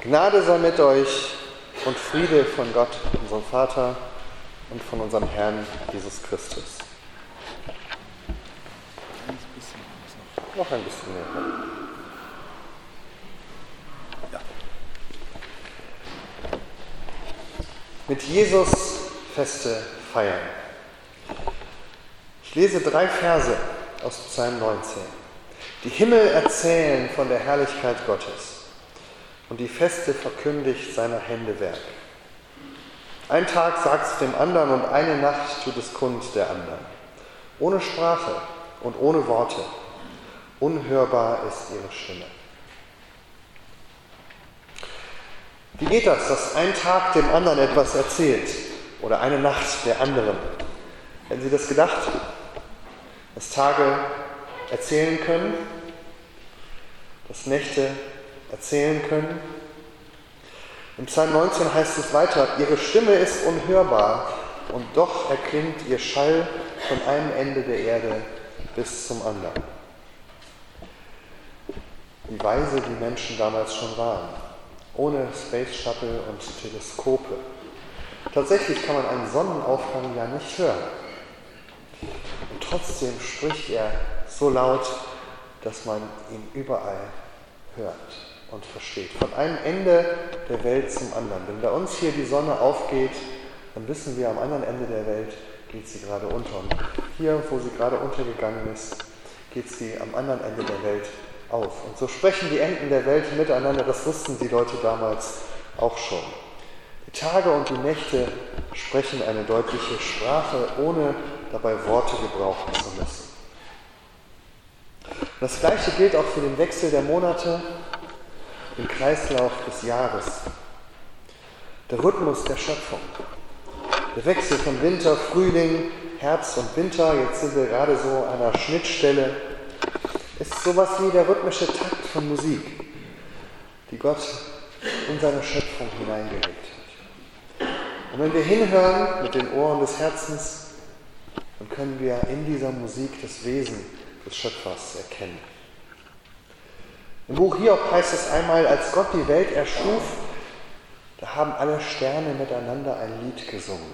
Gnade sei mit euch und Friede von Gott, unserem Vater, und von unserem Herrn Jesus Christus. Noch ein bisschen mehr. Ja. Mit Jesus Feste feiern. Ich lese 3 Verse aus Psalm 19. Die Himmel erzählen von der Herrlichkeit Gottes und die Feste verkündigt seiner Hände Werk. Ein Tag sagt es dem anderen und eine Nacht tut es kund der anderen. Ohne Sprache und ohne Worte. Unhörbar ist ihre Stimme. Wie geht das, dass ein Tag dem anderen etwas erzählt oder eine Nacht der anderen? Hätten Sie das gedacht? Dass Tage erzählen können, dass Nächte erzählen können? Im Psalm 19 heißt es weiter, ihre Stimme ist unhörbar und doch erklingt ihr Schall von einem Ende der Erde bis zum anderen. Wie weise die Menschen damals schon waren, ohne Space Shuttle und Teleskope. Tatsächlich kann man einen Sonnenaufgang ja nicht hören. Und trotzdem spricht er so laut, dass man ihn überall hört und versteht. Von einem Ende der Welt zum anderen. Wenn bei uns hier die Sonne aufgeht, dann wissen wir, am anderen Ende der Welt geht sie gerade unter. Und hier, wo sie gerade untergegangen ist, geht sie am anderen Ende der Welt auf. Und so sprechen die Enden der Welt miteinander, das wussten die Leute damals auch schon. Die Tage und die Nächte sprechen eine deutliche Sprache, ohne dabei Worte gebrauchen zu müssen. Und das Gleiche gilt auch für den Wechsel der Monate, den Kreislauf des Jahres, der Rhythmus der Schöpfung, der Wechsel von Winter, Frühling, Herbst und Winter, jetzt sind wir gerade so an einer Schnittstelle, ist sowas wie der rhythmische Takt von Musik, die Gott in seine Schöpfung hineingelegt hat. Und wenn wir hinhören mit den Ohren des Herzens, dann können wir in dieser Musik das Wesen des Schöpfers erkennen. Im Buch Hiob heißt es einmal, als Gott die Welt erschuf, da haben alle Sterne miteinander ein Lied gesungen.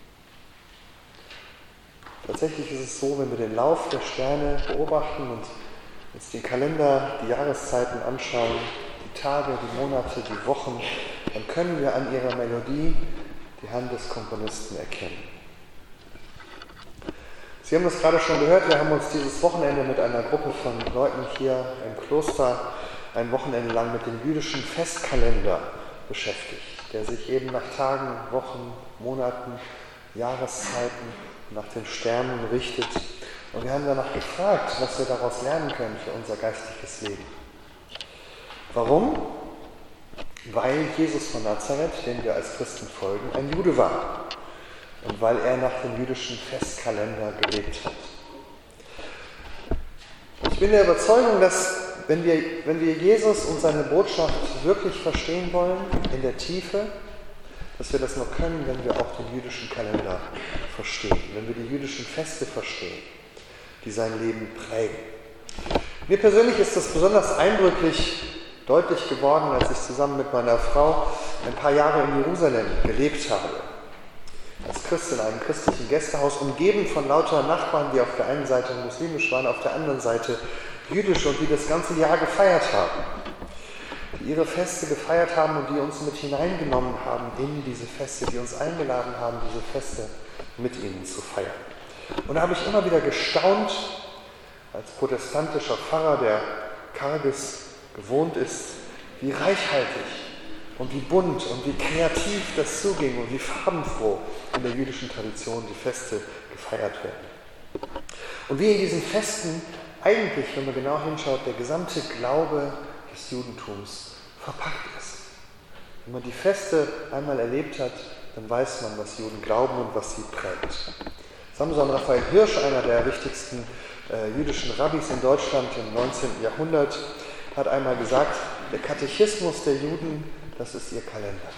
Tatsächlich ist es so, wenn wir den Lauf der Sterne beobachten und uns den Kalender, die Jahreszeiten anschauen, die Tage, die Monate, die Wochen, dann können wir an ihrer Melodie die Hand des Komponisten erkennen. Sie haben das gerade schon gehört, wir haben uns dieses Wochenende mit einer Gruppe von Leuten hier im Kloster ein Wochenende lang mit dem jüdischen Festkalender beschäftigt, der sich eben nach Tagen, Wochen, Monaten, Jahreszeiten, nach den Sternen richtet. Und wir haben danach gefragt, was wir daraus lernen können für unser geistliches Leben. Warum? Weil Jesus von Nazareth, dem wir als Christen folgen, ein Jude war. Und weil er nach dem jüdischen Festkalender gelebt hat. Ich bin der Überzeugung, dass wenn wir Jesus und seine Botschaft wirklich verstehen wollen, in der Tiefe, dass wir das nur können, wenn wir auch den jüdischen Kalender verstehen, wenn wir die jüdischen Feste verstehen, die sein Leben prägen. Mir persönlich ist das besonders eindrücklich deutlich geworden, als ich zusammen mit meiner Frau ein paar Jahre in Jerusalem gelebt habe. Als Christ in einem christlichen Gästehaus, umgeben von lauter Nachbarn, die auf der einen Seite muslimisch waren, auf der anderen Seite jüdisch und die das ganze Jahr gefeiert haben, die ihre Feste gefeiert haben und die uns mit hineingenommen haben in diese Feste, die uns eingeladen haben, diese Feste mit ihnen zu feiern. Und da habe ich immer wieder gestaunt, als protestantischer Pfarrer, der karges gewohnt ist, wie reichhaltig und wie bunt und wie kreativ das zuging und wie farbenfroh in der jüdischen Tradition die Feste gefeiert werden. Und wie in diesen Festen eigentlich, wenn man genau hinschaut, der gesamte Glaube des Judentums verpackt ist. Wenn man die Feste einmal erlebt hat, dann weiß man, was Juden glauben und was sie prägt. Samson Raphael Hirsch, einer der wichtigsten jüdischen Rabbis in Deutschland im 19. Jahrhundert, hat einmal gesagt, der Katechismus der Juden, das ist ihr Kalender.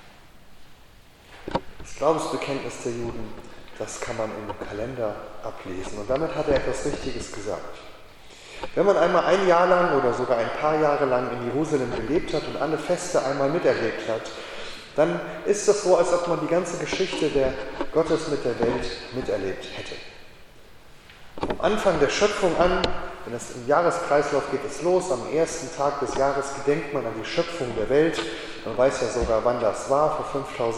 Das Glaubensbekenntnis der Juden, das kann man im Kalender ablesen. Und damit hat er etwas Wichtiges gesagt. Wenn man einmal ein Jahr lang oder sogar ein paar Jahre lang in Jerusalem gelebt hat und alle Feste einmal miterlebt hat, dann ist das so, als ob man die ganze Geschichte der Gottes mit der Welt miterlebt hätte. Vom Anfang der Schöpfung an, wenn es im Jahreskreislauf geht es los, am ersten Tag des Jahres gedenkt man an die Schöpfung der Welt. Man weiß ja sogar, wann das war, vor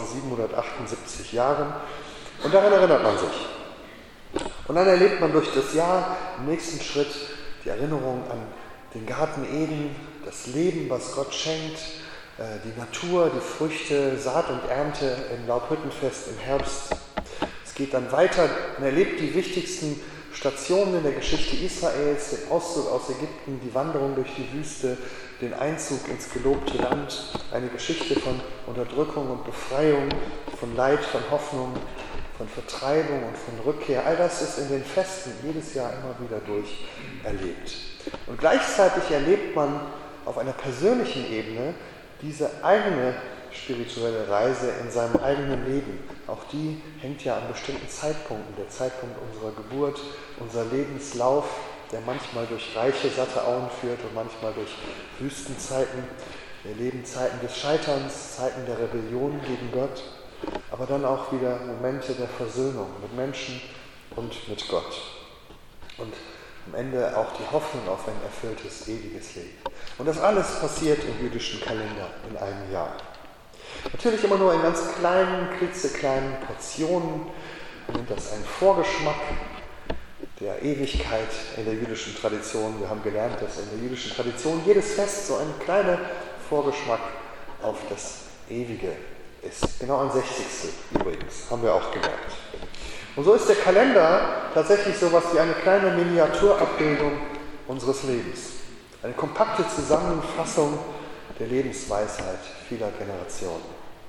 5778 Jahren. Und daran erinnert man sich. Und dann erlebt man durch das Jahr im nächsten Schritt die Erinnerung an den Garten Eden, das Leben, was Gott schenkt, die Natur, die Früchte, Saat und Ernte im Laubhüttenfest im Herbst. Es geht dann weiter, man erlebt die wichtigsten Stationen in der Geschichte Israels, den Auszug aus Ägypten, die Wanderung durch die Wüste, den Einzug ins gelobte Land, eine Geschichte von Unterdrückung und Befreiung, von Leid, von Hoffnung, von Vertreibung und von Rückkehr. All das ist in den Festen jedes Jahr immer wieder durch erlebt. Und gleichzeitig erlebt man auf einer persönlichen Ebene diese eigene spirituelle Reise in seinem eigenen Leben. Auch die hängt ja an bestimmten Zeitpunkten. Der Zeitpunkt unserer Geburt, unser Lebenslauf, der manchmal durch reiche, satte Auen führt und manchmal durch Wüstenzeiten. Wir erleben Zeiten des Scheiterns, Zeiten der Rebellion gegen Gott, aber dann auch wieder Momente der Versöhnung mit Menschen und mit Gott. Und am Ende auch die Hoffnung auf ein erfülltes, ewiges Leben. Und das alles passiert im jüdischen Kalender in einem Jahr. Natürlich immer nur in ganz kleinen, klitzekleinen Portionen. Man nennt das einen Vorgeschmack der Ewigkeit in der jüdischen Tradition. Wir haben gelernt, dass in der jüdischen Tradition jedes Fest so ein kleiner Vorgeschmack auf das Ewige ist. Genau ein 60. übrigens, haben wir auch gelernt. Und so ist der Kalender tatsächlich so etwas wie eine kleine Miniaturabbildung unseres Lebens. Eine kompakte Zusammenfassung der Lebensweisheit vieler Generationen.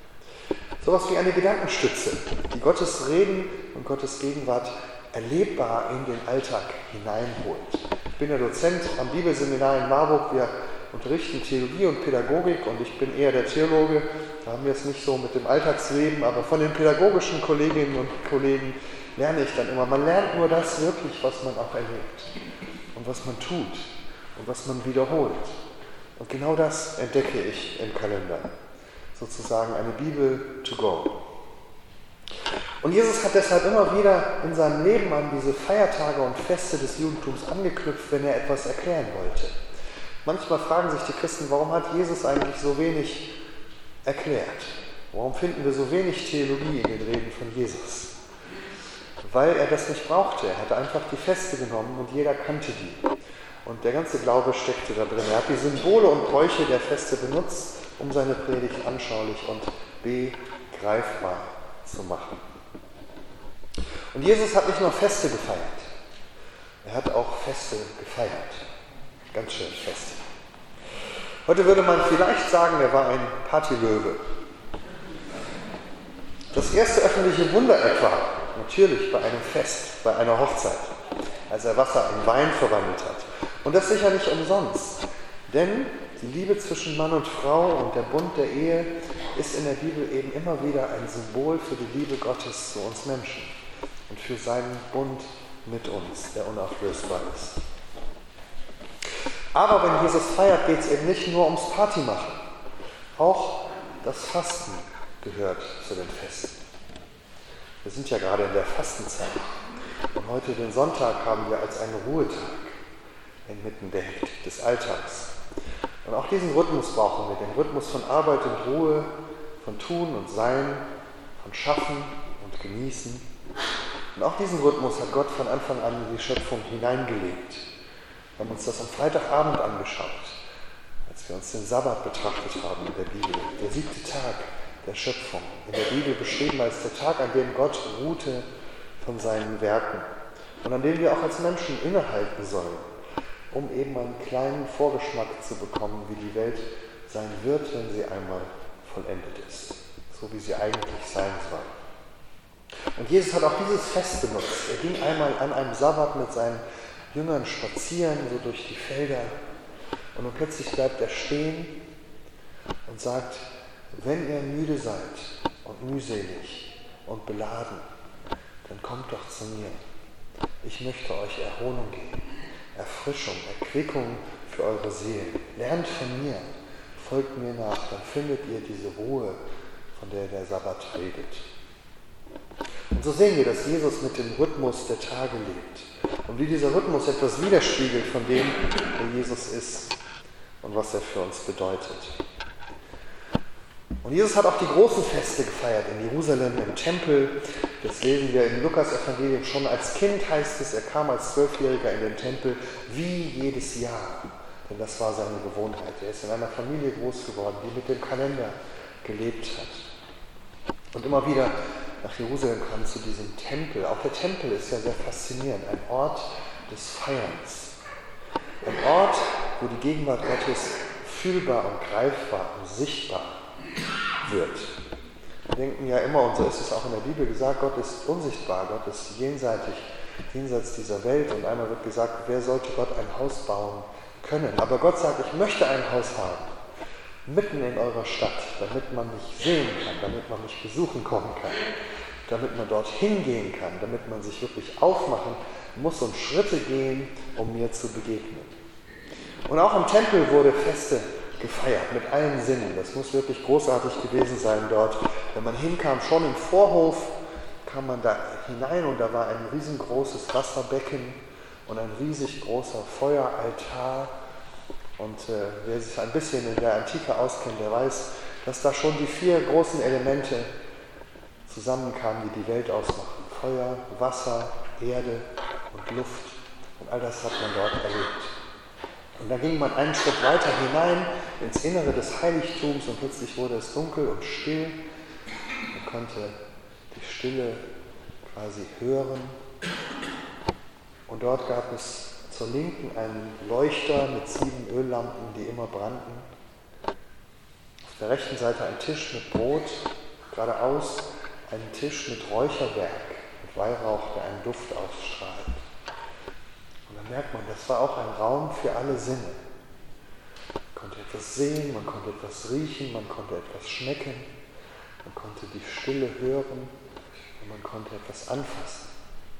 So etwas wie eine Gedankenstütze, die Gottes Reden und Gottes Gegenwart erlebbar in den Alltag hineinholt. Ich bin ja Dozent am Bibelseminar in Marburg. Wir unterrichten Theologie und Pädagogik und ich bin eher der Theologe. Da haben wir es nicht so mit dem Alltagsleben, aber von den pädagogischen Kolleginnen und Kollegen lerne ich dann immer. Man lernt nur das wirklich, was man auch erlebt und was man tut und was man wiederholt. Und genau das entdecke ich im Kalender. Sozusagen eine Bibel to go. Und Jesus hat deshalb immer wieder in seinem Leben an diese Feiertage und Feste des Judentums angeknüpft, wenn er etwas erklären wollte. Manchmal fragen sich die Christen, warum hat Jesus eigentlich so wenig erklärt? Warum finden wir so wenig Theologie in den Reden von Jesus? Weil er das nicht brauchte. Er hatte einfach die Feste genommen und jeder kannte die. Und der ganze Glaube steckte da drin. Er hat die Symbole und Bräuche der Feste benutzt, um seine Predigt anschaulich und begreifbar zu machen. Und Jesus hat nicht nur Feste gefeiert, er hat auch Feste gefeiert. Ganz schön fest. Heute würde man vielleicht sagen, er war ein Partylöwe. Das erste öffentliche Wunder etwa, natürlich bei einem Fest, bei einer Hochzeit, als er Wasser in Wein verwandelt hat. Und das sicher nicht umsonst, denn die Liebe zwischen Mann und Frau und der Bund der Ehe ist in der Bibel eben immer wieder ein Symbol für die Liebe Gottes zu uns Menschen und für seinen Bund mit uns, der unauflösbar ist. Aber wenn Jesus feiert, geht es eben nicht nur ums Partymachen. Auch das Fasten gehört zu den Festen. Wir sind ja gerade in der Fastenzeit. Und heute, den Sonntag, haben wir als einen Ruhetag inmitten der Hektik des Alltags. Und auch diesen Rhythmus brauchen wir, den Rhythmus von Arbeit und Ruhe, von Tun und Sein, von Schaffen und Genießen. Und auch diesen Rhythmus hat Gott von Anfang an in die Schöpfung hineingelegt. Wir haben uns das am Freitagabend angeschaut, als wir uns den Sabbat betrachtet haben in der Bibel. Der 7. Tag der Schöpfung, in der Bibel beschrieben als der Tag, an dem Gott ruhte von seinen Werken und an dem wir auch als Menschen innehalten sollen, um eben einen kleinen Vorgeschmack zu bekommen, wie die Welt sein wird, wenn sie einmal vollendet ist, so wie sie eigentlich sein soll. Und Jesus hat auch dieses Fest benutzt. Er ging einmal an einem Sabbat mit seinen Jüngern spazieren, so durch die Felder. Und dann plötzlich bleibt er stehen und sagt, wenn ihr müde seid und mühselig und beladen, dann kommt doch zu mir. Ich möchte euch Erholung geben. Erfrischung, Erquickung für eure Seelen. Lernt von mir, folgt mir nach, dann findet ihr diese Ruhe, von der der Sabbat redet. Und so sehen wir, dass Jesus mit dem Rhythmus der Tage lebt und wie dieser Rhythmus etwas widerspiegelt von dem, wer Jesus ist und was er für uns bedeutet. Und Jesus hat auch die großen Feste gefeiert in Jerusalem, im Tempel. Das lesen wir im Lukas-Evangelium schon. Als Kind heißt es, er kam als 12-Jähriger in den Tempel wie jedes Jahr. Denn das war seine Gewohnheit. Er ist in einer Familie groß geworden, die mit dem Kalender gelebt hat. Und immer wieder nach Jerusalem kam zu diesem Tempel. Auch der Tempel ist ja sehr faszinierend. Ein Ort des Feierns. Ein Ort, wo die Gegenwart Gottes fühlbar und greifbar und sichtbar wird. Wir denken ja immer, und so ist es auch in der Bibel gesagt, Gott ist unsichtbar, Gott ist jenseits dieser Welt. Und einmal wird gesagt, wer sollte Gott ein Haus bauen können? Aber Gott sagt, ich möchte ein Haus haben, mitten in eurer Stadt, damit man mich sehen kann, damit man mich besuchen kommen kann, damit man dort hingehen kann, damit man sich wirklich aufmachen muss und Schritte gehen, um mir zu begegnen. Und auch im Tempel wurde Feste gefeiert, mit allen Sinnen. Das muss wirklich großartig gewesen sein dort. Wenn man hinkam, schon im Vorhof, kam man da hinein und da war ein riesengroßes Wasserbecken und ein riesig großer Feueraltar. Und wer sich ein bisschen in der Antike auskennt, der weiß, dass da schon die 4 großen Elemente zusammenkamen, die die Welt ausmachen. Feuer, Wasser, Erde und Luft. Und all das hat man dort erlebt. Und dann ging man einen Schritt weiter hinein ins Innere des Heiligtums und plötzlich wurde es dunkel und still. Man konnte die Stille quasi hören. Und dort gab es zur Linken einen Leuchter mit 7 Öllampen, die immer brannten. Auf der rechten Seite ein Tisch mit Brot, geradeaus ein Tisch mit Räucherwerk, mit Weihrauch, der einen Duft ausstrahlt. Und dann merkt man, das war auch ein Raum für alle Sinne. Man konnte etwas sehen, man konnte etwas riechen, man konnte etwas schmecken, man konnte die Stille hören und man konnte etwas anfassen.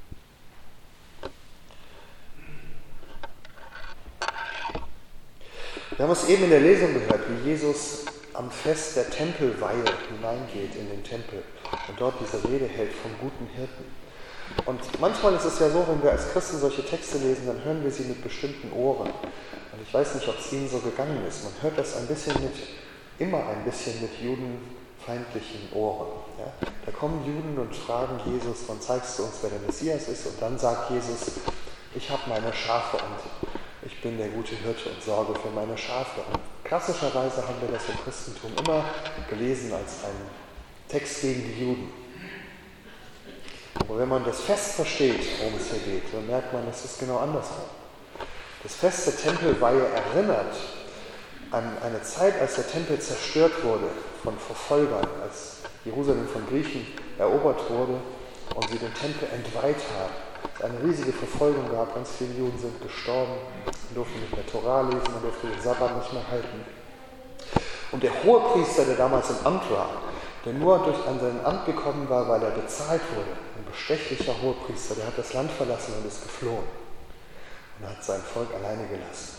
Wir haben es eben in der Lesung gehört, wie Jesus am Fest der Tempelweihe hineingeht in den Tempel und dort diese Rede hält vom guten Hirten. Und manchmal ist es ja so, wenn wir als Christen solche Texte lesen, dann hören wir sie mit bestimmten Ohren. Und ich weiß nicht, ob es Ihnen so gegangen ist. Man hört das immer ein bisschen mit judenfeindlichen Ohren. Ja? Da kommen Juden und fragen Jesus, wann zeigst du uns, wer der Messias ist? Und dann sagt Jesus, ich habe meine Schafe und ich bin der gute Hirte und sorge für meine Schafe. Und klassischerweise haben wir das im Christentum immer gelesen als einen Text gegen die Juden. Aber wenn man das Fest versteht, worum es hier geht, dann merkt man, es ist genau andersrum. Das Fest der Tempelweihe erinnert an eine Zeit, als der Tempel zerstört wurde von Verfolgern, als Jerusalem von Griechen erobert wurde und sie den Tempel entweiht haben. Es eine riesige Verfolgung gab, ganz viele Juden sind gestorben, man durfte nicht mehr Torah lesen, man durfte den Sabbat nicht mehr halten. Und der Hohepriester, der damals im Amt war, der nur an sein Amt gekommen war, weil er bezahlt wurde, ein bestechlicher Hohepriester, der hat das Land verlassen und ist geflohen und hat sein Volk alleine gelassen.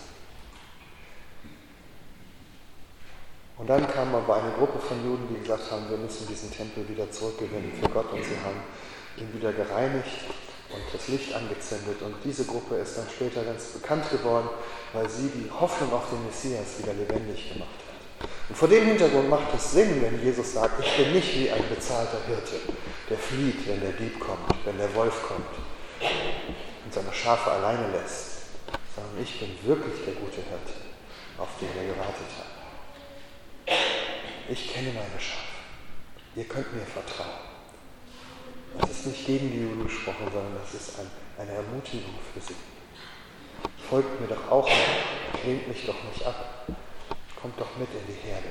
Und dann kam aber eine Gruppe von Juden, die gesagt haben, wir müssen diesen Tempel wieder zurückgewinnen für Gott, und sie haben ihn wieder gereinigt und das Licht angezündet. Und diese Gruppe ist dann später ganz bekannt geworden, weil sie die Hoffnung auf den Messias wieder lebendig gemacht hat. Und vor dem Hintergrund macht es Sinn, wenn Jesus sagt, ich bin nicht wie ein bezahlter Hirte, der flieht, wenn der Dieb kommt, wenn der Wolf kommt und seine Schafe alleine lässt, sondern ich bin wirklich der gute Hirte, auf den er gewartet hat. Ich kenne meine Schafe. Ihr könnt mir vertrauen. Das ist nicht gegen die Juden gesprochen, sondern das ist eine Ermutigung für sie. Folgt mir doch auch mit, lehnt mich doch nicht ab. Kommt doch mit in die Herde.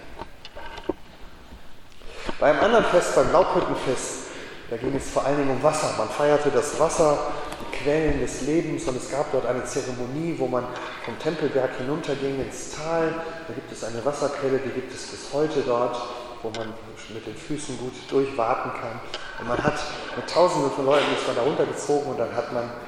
Bei einem anderen Fest, beim Laubhüttenfest, da ging es vor allen Dingen um Wasser. Man feierte das Wasser, die Quellen des Lebens, und es gab dort eine Zeremonie, wo man vom Tempelberg hinunterging ins Tal. Da gibt es eine Wasserquelle, die gibt es bis heute dort, wo man mit den Füßen gut durchwaten kann. Und man hat mit Tausenden von Leuten ist man da runtergezogen und dann hat man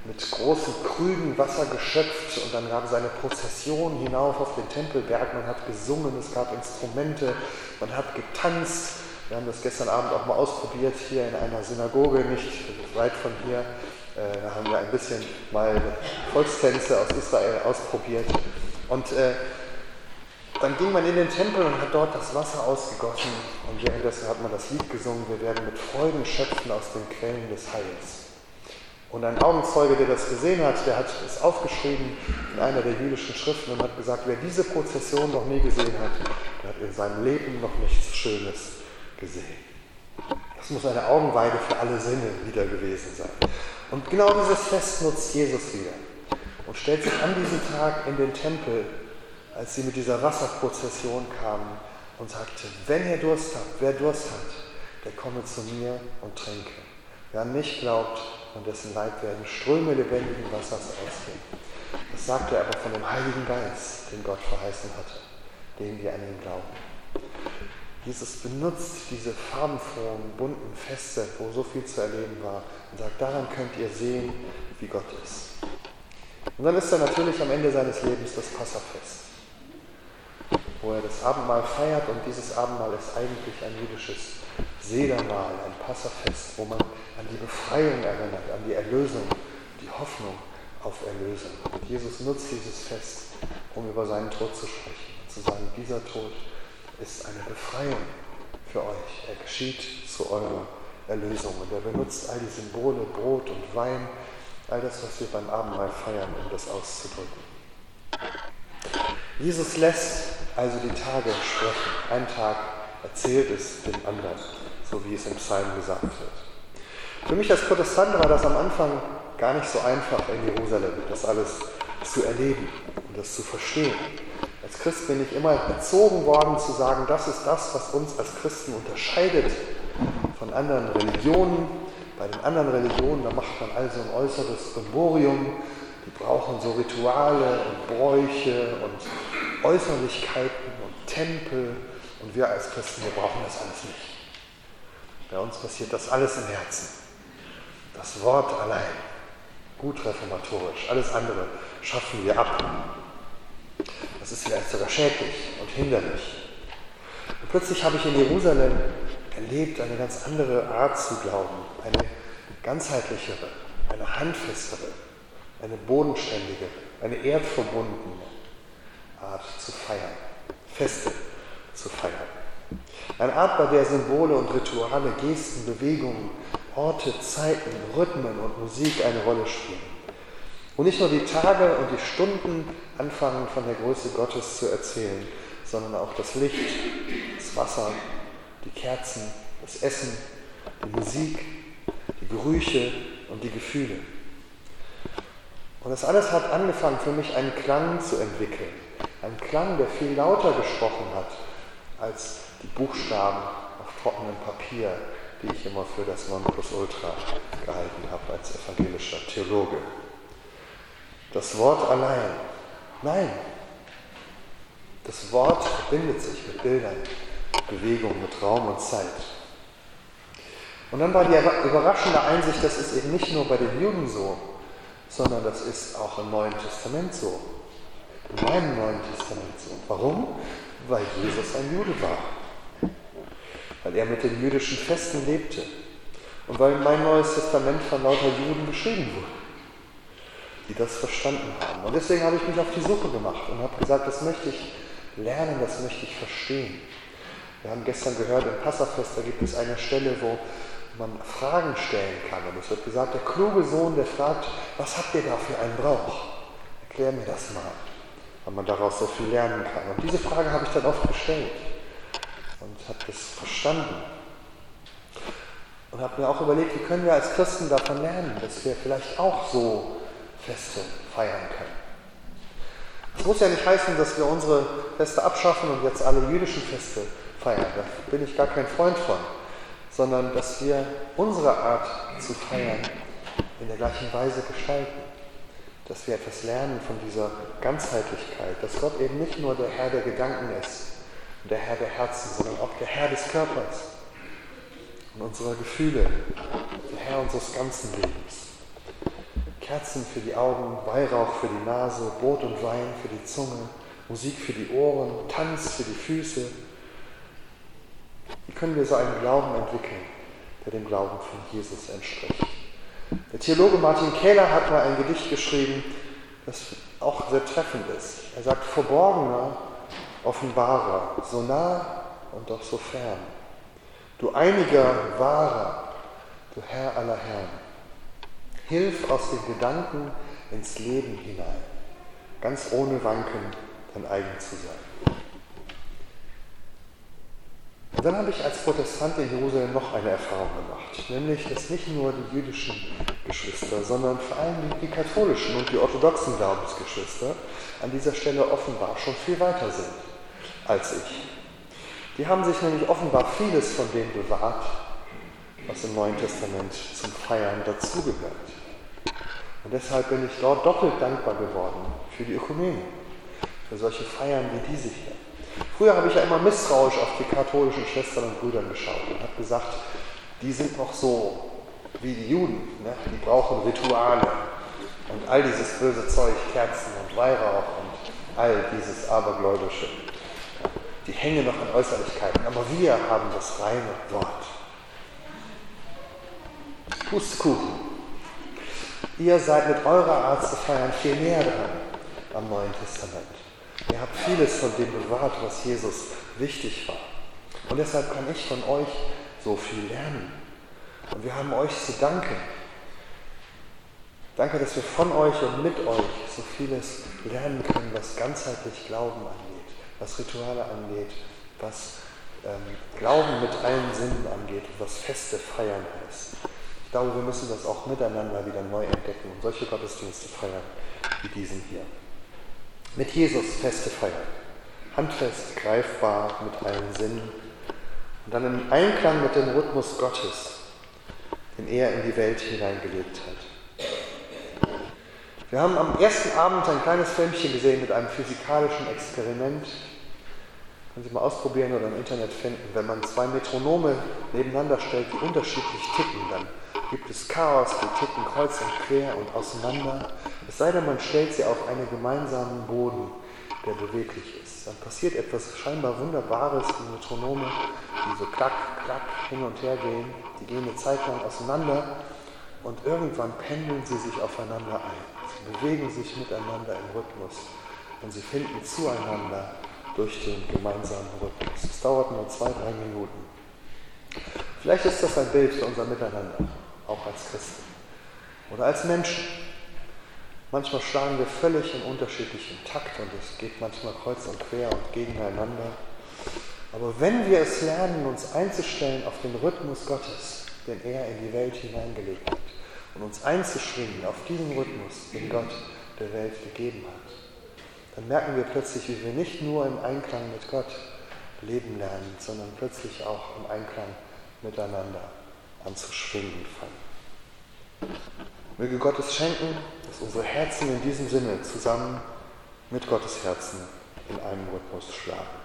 mit großen Krügen Wasser geschöpft und dann gab es eine Prozession hinauf auf den Tempelberg. Man hat gesungen, es gab Instrumente, man hat getanzt. Wir haben das gestern Abend auch mal ausprobiert, hier in einer Synagoge, nicht weit von hier. Da haben wir ein bisschen mal Volkstänze aus Israel ausprobiert. Und dann ging man in den Tempel und hat dort das Wasser ausgegossen. Und währenddessen hat man das Lied gesungen, wir werden mit Freuden schöpfen aus den Quellen des Heils. Und ein Augenzeuge, der das gesehen hat, der hat es aufgeschrieben in einer der jüdischen Schriften und hat gesagt, wer diese Prozession noch nie gesehen hat, der hat in seinem Leben noch nichts Schönes gesehen. Das muss eine Augenweide für alle Sinne wieder gewesen sein. Und genau dieses Fest nutzt Jesus wieder und stellt sich an diesem Tag in den Tempel, als sie mit dieser Wasserprozession kamen und sagte, wenn ihr Durst habt, wer Durst hat, der komme zu mir und trinke. Wer an mich glaubt, von dessen Leib werden Ströme lebendigen Wassers ausgehen. Das sagte er aber von dem Heiligen Geist, den Gott verheißen hatte, denen wir an ihn glauben. Jesus benutzt diese farbenfrohen, bunten Feste, wo so viel zu erleben war, und sagt, daran könnt ihr sehen, wie Gott ist. Und dann ist er natürlich am Ende seines Lebens das Passafest, wo er das Abendmahl feiert, und dieses Abendmahl ist eigentlich ein jüdisches Sedermahl, ein Passafest, wo man an die Befreiung erinnert, an die Erlösung, die Hoffnung auf Erlösung. Und Jesus nutzt dieses Fest, um über seinen Tod zu sprechen und zu sagen, dieser Tod ist eine Befreiung für euch. Er geschieht zu eurer Erlösung. Und er benutzt all die Symbole, Brot und Wein, all das, was wir beim Abendmahl feiern, um das auszudrücken. Jesus lässt also die Tage sprechen. Ein Tag erzählt es dem anderen, so wie es im Psalm gesagt wird. Für mich als Protestant war das am Anfang gar nicht so einfach in Jerusalem, das alles zu erleben und das zu verstehen. Als Christ bin ich immer erzogen worden zu sagen, das ist das, was uns als Christen unterscheidet von anderen Religionen. Bei den anderen Religionen, da macht man also ein äußeres Brimborium, die brauchen so Rituale und Bräuche und Äußerlichkeiten und Tempel, und wir als Christen, wir brauchen das alles nicht. Bei uns passiert das alles im Herzen. Das Wort allein, gut reformatorisch, alles andere schaffen wir ab. Das ist vielleicht sogar schädlich und hinderlich. Und plötzlich habe ich in Jerusalem erlebt eine ganz andere Art zu glauben, eine ganzheitlichere, eine handfestere, eine bodenständigere, eine erdverbundene Art zu feiern, Feste zu feiern. Eine Art, bei der Symbole und Rituale, Gesten, Bewegungen, Orte, Zeiten, Rhythmen und Musik eine Rolle spielen. Und nicht nur die Tage und die Stunden anfangen von der Größe Gottes zu erzählen, sondern auch das Licht, das Wasser, die Kerzen, das Essen, die Musik, die Gerüche und die Gefühle. Und das alles hat angefangen für mich einen Klang zu entwickeln. Ein Klang, der viel lauter gesprochen hat als die Buchstaben auf trockenem Papier, die ich immer für das Nonplusultra gehalten habe als evangelischer Theologe. Das Wort allein. Nein. Das Wort verbindet sich mit Bildern, Bewegung, mit Raum und Zeit. Und dann war die überraschende Einsicht, das ist eben nicht nur bei den Juden so, sondern das ist auch im Neuen Testament so. In meinem Neuen Testament so. Warum? Weil Jesus ein Jude war. Weil er mit den jüdischen Festen lebte. Und weil mein Neues Testament von lauter Juden geschrieben wurde, die das verstanden haben. Und deswegen habe ich mich auf die Suche gemacht und habe gesagt, das möchte ich lernen, das möchte ich verstehen. Wir haben gestern gehört, im Passafest, da gibt es eine Stelle, wo man Fragen stellen kann. Und es wird gesagt, der kluge Sohn, der fragt, was habt ihr da für einen Brauch? Erklär mir das mal, weil man daraus so viel lernen kann. Und diese Frage habe ich dann oft gestellt und habe das verstanden. Und habe mir auch überlegt, wie können wir als Christen davon lernen, dass wir vielleicht auch so Feste feiern können. Das muss ja nicht heißen, dass wir unsere Feste abschaffen und jetzt alle jüdischen Feste feiern. Da bin ich gar kein Freund von. Sondern dass wir unsere Art zu feiern in der gleichen Weise gestalten. Dass wir etwas lernen von dieser Ganzheitlichkeit, dass Gott eben nicht nur der Herr der Gedanken ist und der Herr der Herzen, sondern auch der Herr des Körpers und unserer Gefühle, der Herr unseres ganzen Lebens. Kerzen für die Augen, Weihrauch für die Nase, Brot und Wein für die Zunge, Musik für die Ohren, Tanz für die Füße. Wie können wir so einen Glauben entwickeln, der dem Glauben von Jesus entspricht? Der Theologe Martin Kähler hat mal ein Gedicht geschrieben, das auch sehr treffend ist. Er sagt, Verborgener, Offenbarer, so nah und doch so fern. Du einiger, wahrer, du Herr aller Herren. Hilf aus den Gedanken ins Leben hinein, ganz ohne Wanken dein eigen zu sein. Und dann habe ich als Protestant in Jerusalem noch eine Erfahrung gemacht, nämlich, dass nicht nur die jüdischen Geschwister, sondern vor allem die katholischen und die orthodoxen Glaubensgeschwister an dieser Stelle offenbar schon viel weiter sind als ich. Die haben sich nämlich offenbar vieles von dem bewahrt, was im Neuen Testament zum Feiern dazugehört. Und deshalb bin ich dort doppelt dankbar geworden für die Ökumene, für solche Feiern wie diese hier. Früher habe ich ja immer misstrauisch auf die katholischen Schwestern und Brüder geschaut und habe gesagt, die sind noch so wie die Juden, ne? Die brauchen Rituale und all dieses böse Zeug, Kerzen und Weihrauch und all dieses Abergläubische. Die hängen noch an Äußerlichkeiten, aber wir haben das reine Wort. Pustekuchen. Ihr seid mit eurer Art zu feiern viel näher dran am Neuen Testament. Ihr habt vieles von dem bewahrt, was Jesus wichtig war. Und deshalb kann ich von euch so viel lernen. Und wir haben euch zu danken. Danke, dass wir von euch und mit euch so vieles lernen können, was ganzheitlich Glauben angeht, was Rituale angeht, was Glauben mit allen Sinnen angeht und was Feste feiern heißt. Ich glaube, wir müssen das auch miteinander wieder neu entdecken und solche Gottesdienste feiern wie diesen hier. Mit Jesus Feste feiern. Handfest, greifbar, mit allen Sinnen. Und dann im Einklang mit dem Rhythmus Gottes, den er in die Welt hineingelegt hat. Wir haben am ersten Abend ein kleines Filmchen gesehen mit einem physikalischen Experiment. Können Sie mal ausprobieren oder im Internet finden. Wenn man zwei Metronome nebeneinander stellt, die unterschiedlich ticken, dann gibt es Chaos, die ticken kreuz und quer und auseinander. Es sei denn, man stellt sie auf einen gemeinsamen Boden, der beweglich ist. Dann passiert etwas scheinbar Wunderbares, die Metronome, die so klack, klack hin und her gehen. Die gehen eine Zeit lang auseinander und irgendwann pendeln sie sich aufeinander ein. Sie bewegen sich miteinander im Rhythmus und sie finden zueinander durch den gemeinsamen Rhythmus. Es dauert nur 2-3 Minuten. Vielleicht ist das ein Bild für unser Miteinander, auch als Christen oder als Menschen. Manchmal schlagen wir völlig in unterschiedlichem Takt und es geht manchmal kreuz und quer und gegeneinander. Aber wenn wir es lernen, uns einzustellen auf den Rhythmus Gottes, den er in die Welt hineingelegt hat, und uns einzuschwingen auf diesen Rhythmus, den Gott der Welt gegeben hat, dann merken wir plötzlich, wie wir nicht nur im Einklang mit Gott leben lernen, sondern plötzlich auch im Einklang miteinander anzuschwingen fangen. Möge Gott es schenken, dass unsere Herzen in diesem Sinne zusammen mit Gottes Herzen in einem Rhythmus schlagen.